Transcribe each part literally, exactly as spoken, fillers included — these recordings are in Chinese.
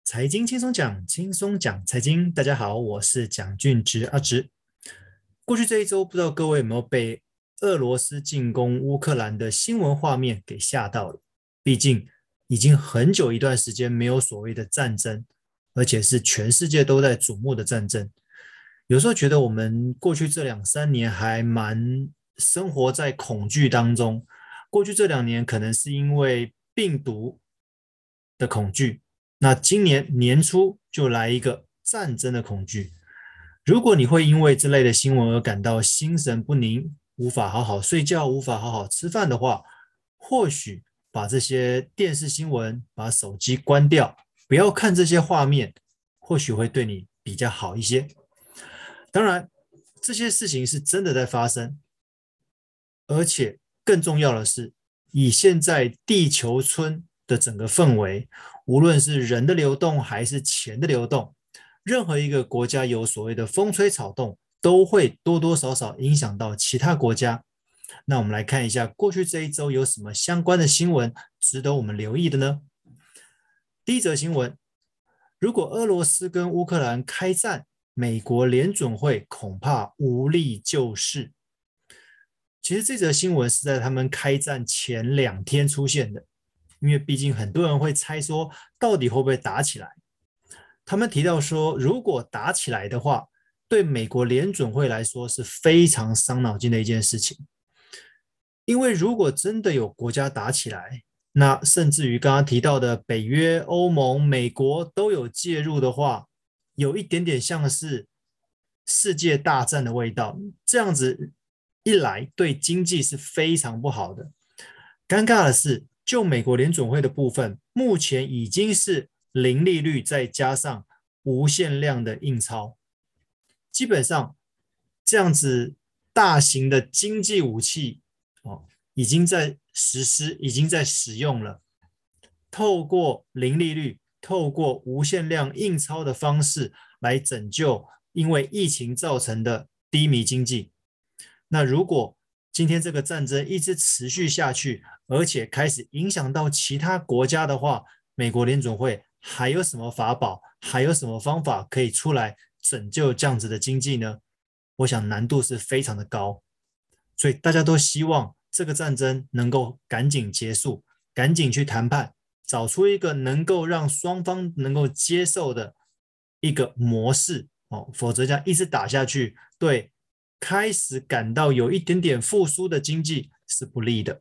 财经轻松讲，轻松讲财经。大家好，我是蒋俊植阿植。过去这一周，不知道各位有没有被俄罗斯进攻乌克兰的新闻画面给吓到了？毕竟已经很久一段时间没有所谓的战争，而且是全世界都在瞩目的战争。有时候觉得我们过去这两三年还蛮生活在恐惧当中。过去这两年可能是因为病毒的恐惧，那今年年初就来一个战争的恐惧。如果你会因为这类的新闻而感到心神不宁，无法好好睡觉，无法好好吃饭的话，或许把这些电视新闻、把手机关掉，不要看这些画面，或许会对你比较好一些。当然，这些事情是真的在发生，而且更重要的是，以现在地球村的整个氛围，无论是人的流动还是钱的流动，任何一个国家有所谓的风吹草动，都会多多少少影响到其他国家。那我们来看一下过去这一周有什么相关的新闻值得我们留意的呢？第一则新闻，如果俄罗斯跟乌克兰开战，美国联准会恐怕无力救市。其实这则新闻是在他们开战前两天出现的，因为毕竟很多人会猜说到底会不会打起来。他们提到说，如果打起来的话，对美国联准会来说是非常伤脑筋的一件事情。因为如果真的有国家打起来，那甚至于刚刚提到的北约、欧盟、美国都有介入的话，有一点点像是世界大战的味道。这样子一来，对经济是非常不好的。尴尬的是，就美国联准会的部分，目前已经是零利率再加上无限量的印钞，基本上这样子大型的经济武器哦，已经在实施，已经在使用了。透过零利率，透过无限量印钞的方式来拯救因为疫情造成的低迷经济。那如果今天这个战争一直持续下去，而且开始影响到其他国家的话，美国联准会还有什么法宝，还有什么方法可以出来拯救这样子的经济呢？我想难度是非常的高，所以大家都希望这个战争能够赶紧结束，赶紧去谈判，找出一个能够让双方能够接受的一个模式哦，否则这样一直打下去，对开始感到有一点点复苏的经济是不利的。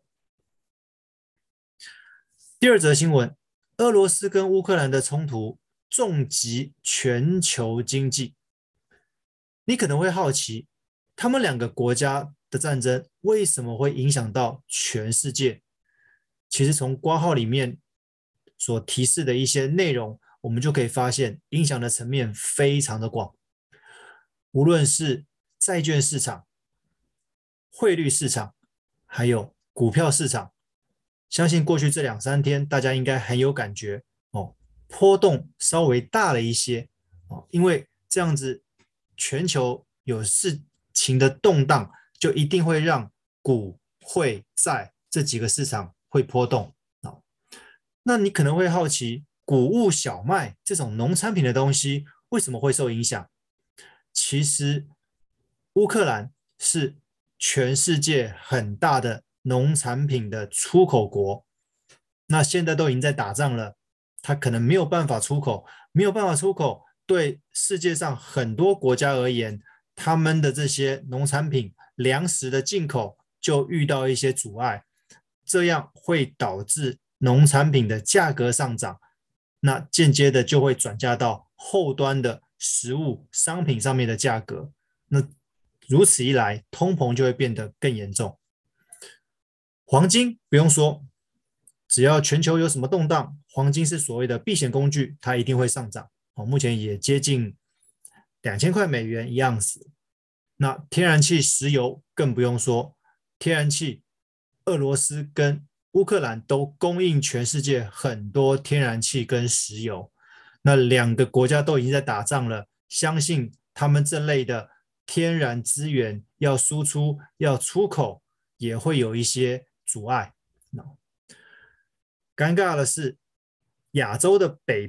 第二则新闻，俄罗斯跟乌克兰的冲突重击全球经济。你可能会好奇，他们两个国家的战争为什么会影响到全世界？其实从括号里面所提示的一些内容，我们就可以发现，影响的层面非常的广。无论是债券市场、汇率市场，还有股票市场，相信过去这两三天大家应该很有感觉哦，波动稍微大了一些哦，因为这样子全球有事情的动荡，就一定会让股、汇、债这几个市场会波动哦。那你可能会好奇，谷物、小麦这种农产品的东西为什么会受影响？其实乌克兰是全世界很大的农产品的出口国，那现在都已经在打仗了，它可能没有办法出口，没有办法出口，对世界上很多国家而言，他们的这些农产品、粮食的进口就遇到一些阻碍，这样会导致农产品的价格上涨，那间接的就会转嫁到后端的食物商品上面的价格，那如此一来，通膨就会变得更严重。黄金不用说，只要全球有什么动荡，黄金是所谓的避险工具，它一定会上涨。哦，目前也接近两千块美元一盎司。那天然气、石油更不用说，天然气，俄罗斯跟乌克兰都供应全世界很多天然气跟石油。那两个国家都已经在打仗了，相信他们这类的天然资源要输出、要出口，也会有一些阻碍。尴尬的是，亚洲的北边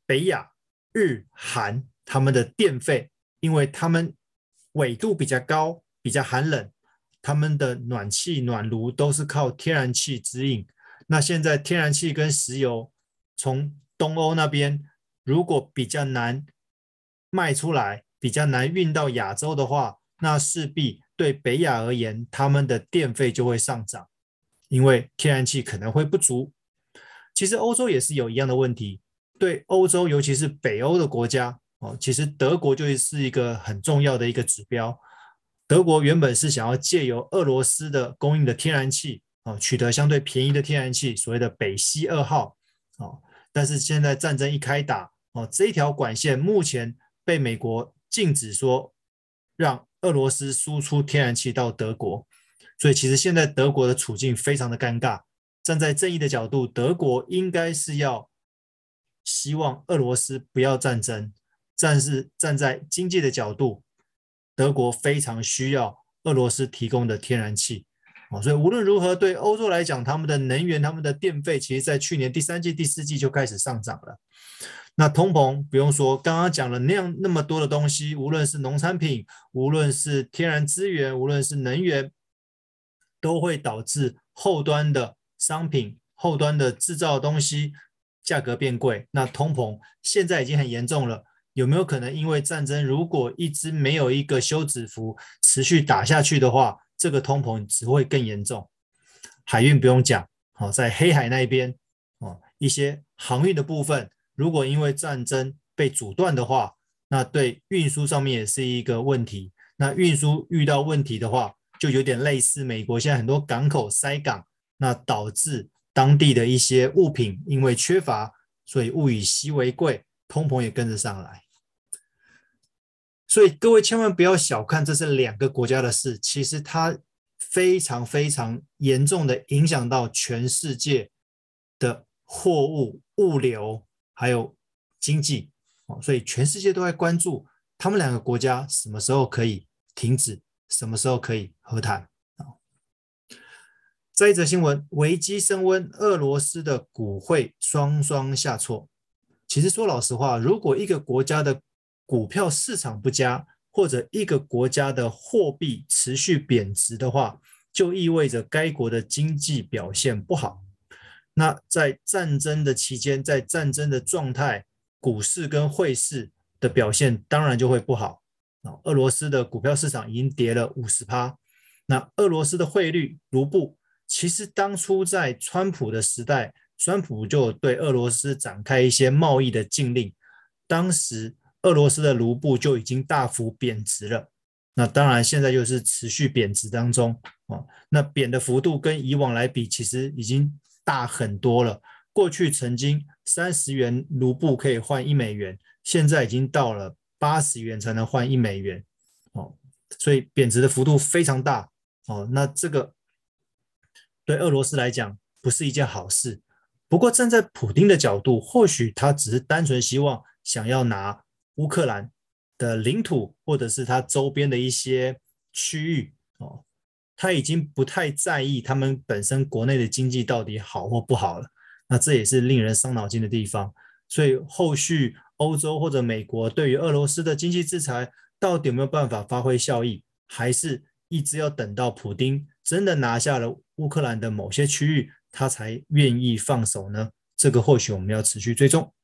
北亚、日、韩他们的电费，因为他们纬度比较高，比较寒冷，他们的暖气、暖炉都是靠天然气指引。那现在天然气跟石油从东欧那边如果比较难卖出来，比较难运到亚洲的话，那势必对北亚而言，他们的电费就会上涨，因为天然气可能会不足。其实欧洲也是有一样的问题，对欧洲，尤其是北欧的国家，哦，其实德国就是一个很重要的一个指标。德国原本是想要借由俄罗斯的供应的天然气，哦，取得相对便宜的天然气，所谓的北溪二号，哦，但是现在战争一开打，哦，这一条管线目前被美国禁止说让俄罗斯输出天然气到德国，所以其实现在德国的处境非常的尴尬。站在正义的角度，德国应该是要希望俄罗斯不要战争，但是站在经济的角度，德国非常需要俄罗斯提供的天然气。所以无论如何，对欧洲来讲，他们的能源、他们的电费，其实在去年第三季、第四季就开始上涨了。那通膨不用说，刚刚讲了那样那么多的东西，无论是农产品，无论是天然资源，无论是能源，都会导致后端的商品、后端的制造的东西价格变贵。那通膨现在已经很严重了，有没有可能因为战争，如果一直没有一个休止符，持续打下去的话，这个通膨只会更严重？海运不用讲，好，在黑海那边，哦，一些航运的部分，如果因为战争被阻断的话，那对运输上面也是一个问题。那运输遇到问题的话，就有点类似美国现在很多港口塞港，那导致当地的一些物品因为缺乏，所以物以稀为贵，通膨也跟着上来。所以各位千万不要小看这是两个国家的事，其实它非常非常严重的影响到全世界的货物、物流还有经济，所以全世界都在关注他们两个国家什么时候可以停止，什么时候可以和谈。再一则新闻，危机升温，俄罗斯的股汇双双下挫。其实说老实话，如果一个国家的股票市场不佳，或者一个国家的货币持续贬值的话，就意味着该国的经济表现不好。那在战争的期间，在战争的状态，股市跟汇市的表现当然就会不好。俄罗斯的股票市场已经跌了 百分之五十， 那俄罗斯的汇率卢布，其实当初在川普的时代，川普就对俄罗斯展开一些贸易的禁令，当时俄罗斯的卢布就已经大幅贬值了。那当然现在又是持续贬值当中，哦，那贬的幅度跟以往来比其实已经大很多了。过去曾经三十元卢布可以换一美元，现在已经到了八十元才能换一美元，哦，所以贬值的幅度非常大，哦，那这个对俄罗斯来讲不是一件好事。不过站在普丁的角度，或许他只是单纯希望想要拿乌克兰的领土，或者是他周边的一些区域，哦，他已经不太在意他们本身国内的经济到底好或不好了。那这也是令人伤脑筋的地方。所以后续欧洲或者美国对于俄罗斯的经济制裁到底有没有办法发挥效益，还是一直要等到普丁真的拿下了乌克兰的某些区域，他才愿意放手呢？这个或许我们要持续追踪。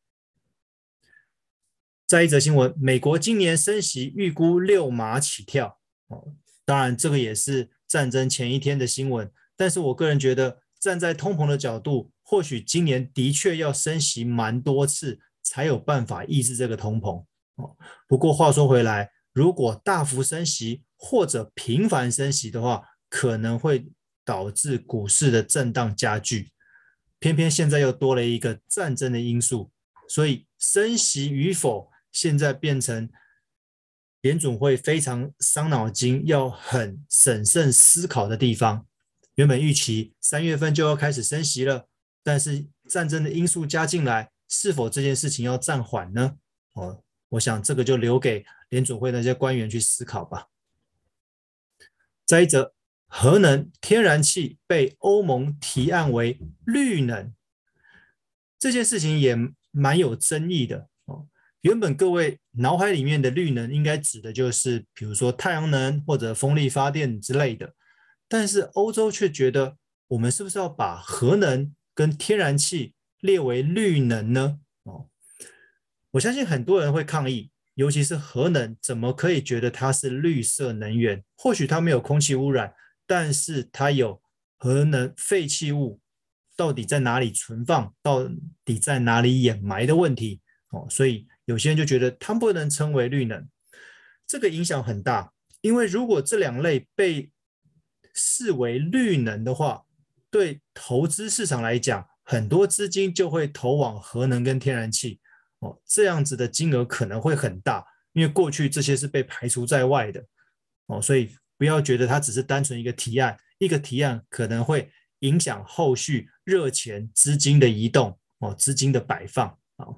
再一则新闻，美国今年升息预估六码起跳，哦，当然这个也是战争前一天的新闻，但是我个人觉得站在通膨的角度，或许今年的确要升息蛮多次才有办法抑制这个通膨，哦，不过话说回来，如果大幅升息或者频繁升息的话，可能会导致股市的震荡加剧，偏偏现在又多了一个战争的因素，所以升息与否现在变成联准会非常伤脑筋，要很审慎思考的地方。原本预期三月份就要开始升息了，但是战争的因素加进来，是否这件事情要暂缓呢？哦，我想这个就留给联准会那些官员去思考吧。再一则，核能天然气被欧盟提案为绿能。 这件事情也蛮有争议的哦。原本各位脑海里面的绿能应该指的就是比如说太阳能或者风力发电之类的，但是欧洲却觉得我们是不是要把核能跟天然气列为绿能呢？哦，我相信很多人会抗议，尤其是核能，怎么可以觉得它是绿色能源？或许它没有空气污染，但是它有核能废弃物到底在哪里存放，到底在哪里掩埋的问题哦，所以有些人就觉得它不能称为绿能，这个影响很大，因为如果这两类被视为绿能的话，对投资市场来讲，很多资金就会投往核能跟天然气哦，这样子的金额可能会很大，因为过去这些是被排除在外的哦，所以不要觉得它只是单纯一个提案，一个提案可能会影响后续热钱资金的移动哦，资金的摆放啊。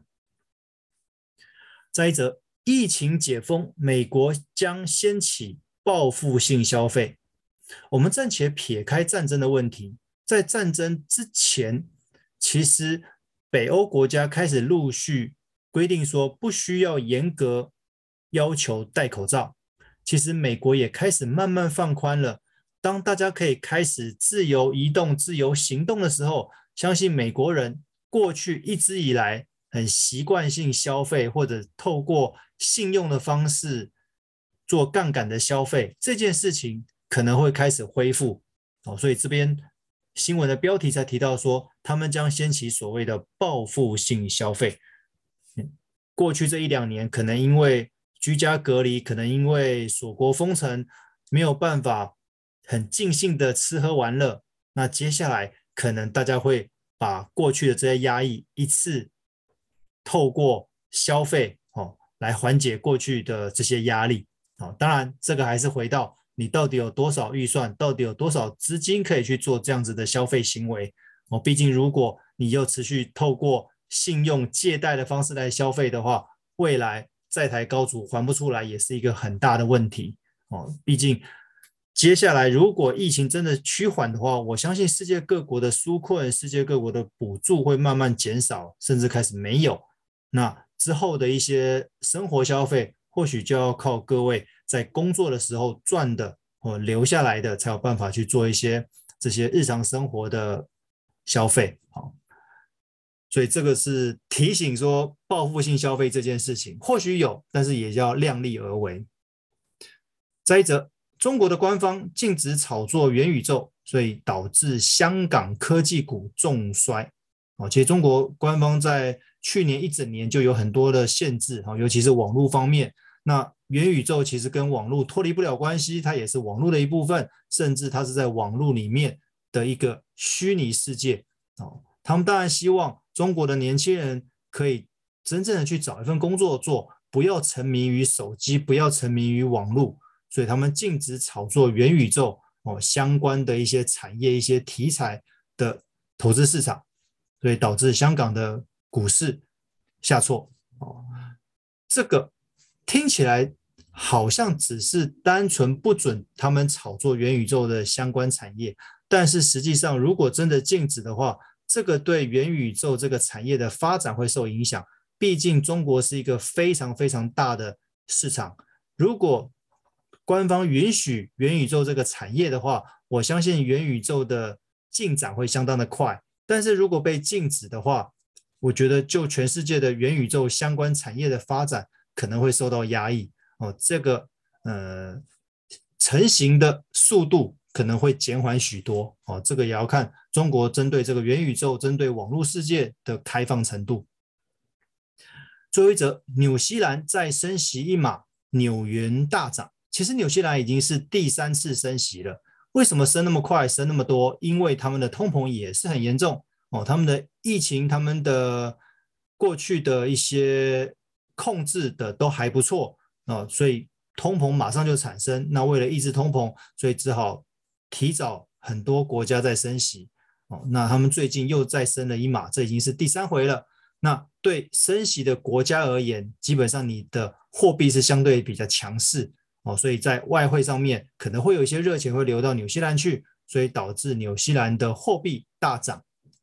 再一则，疫情解封，美国将掀起报复性消费。我们暂且撇开战争的问题，在战争之前，其实北欧国家开始陆续规定说不需要严格要求戴口罩。其实美国也开始慢慢放宽了。当大家可以开始自由移动、自由行动的时候，相信美国人过去一直以来很习惯性消费，或者透过信用的方式做杠杆的消费，这件事情可能会开始恢复哦。所以这边新闻的标题才提到说，他们将掀起所谓的报复性消费。过去这一两年，可能因为居家隔离，可能因为锁国封城，没有办法很尽兴的吃喝玩乐。那接下来可能大家会把过去的这些压抑一次透过消费哦来缓解过去的这些压力。哦，当然这个还是回到你到底有多少预算，到底有多少资金可以去做这样子的消费行为。哦，毕竟如果你又持续透过信用借贷的方式来消费的话，未来债台高筑还不出来也是一个很大的问题哦。毕竟接下来如果疫情真的趋缓的话，我相信世界各国的纾困、世界各国的补助会慢慢减少，甚至开始没有。那之后的一些生活消费，或许就要靠各位在工作的时候赚的或留下来的，才有办法去做一些这些日常生活的消费。好，所以这个是提醒说，报复性消费这件事情或许有，但是也要量力而为。再一则，中国的官方禁止炒作元宇宙，所以导致香港科技股重摔。哦，其实中国官方在去年一整年就有很多的限制，尤其是网络方面。那元宇宙其实跟网络脱离不了关系，它也是网络的一部分，甚至它是在网络里面的一个虚拟世界。哦，他们当然希望中国的年轻人可以真正的去找一份工作做，不要沉迷于手机，不要沉迷于网络，所以他们禁止炒作元宇宙哦相关的一些产业、一些题材的投资市场，所以导致香港的股市下挫。哦，这个听起来好像只是单纯不准他们炒作元宇宙的相关产业，但是实际上如果真的禁止的话，这个对元宇宙这个产业的发展会受影响。毕竟中国是一个非常非常大的市场，如果官方允许元宇宙这个产业的话，我相信元宇宙的进展会相当的快。但是如果被禁止的话，我觉得就全世界的元宇宙相关产业的发展可能会受到压抑哦，这个呃成型的速度可能会减缓许多哦，这个也要看中国针对这个元宇宙、针对网络世界的开放程度。最后一则，纽西兰再升息一码，纽元大涨。其实纽西兰已经是第三次升息了，为什么升那么快、升那么多？因为他们的通膨也是很严重哦，他们的疫情、他们的过去的一些控制的都还不错哦，所以通膨马上就产生。那为了抑制通膨，所以只好提早很多国家在升息哦。那他们最近又再升了一码，这已经是第三回了。那对升息的国家而言，基本上你的货币是相对比较强势哦，所以在外汇上面可能会有一些热钱会流到纽西兰去，所以导致纽西兰的货币大涨哦。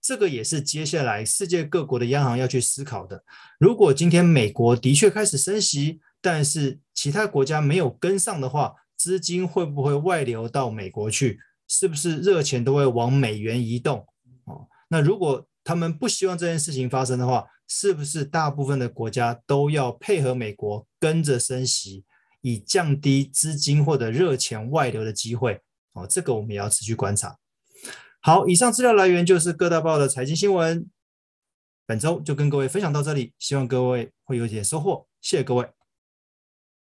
这个也是接下来世界各国的央行要去思考的。如果今天美国的确开始升息，但是其他国家没有跟上的话，资金会不会外流到美国去？是不是热钱都会往美元移动？哦，那如果他们不希望这件事情发生的话，是不是大部分的国家都要配合美国跟着升息，以降低资金或者热钱外流的机会？哦，这个我们也要持续观察。好，以上资料来源就是各大报的财经新闻，本周就跟各位分享到这里，希望各位会有点收获，谢谢各位。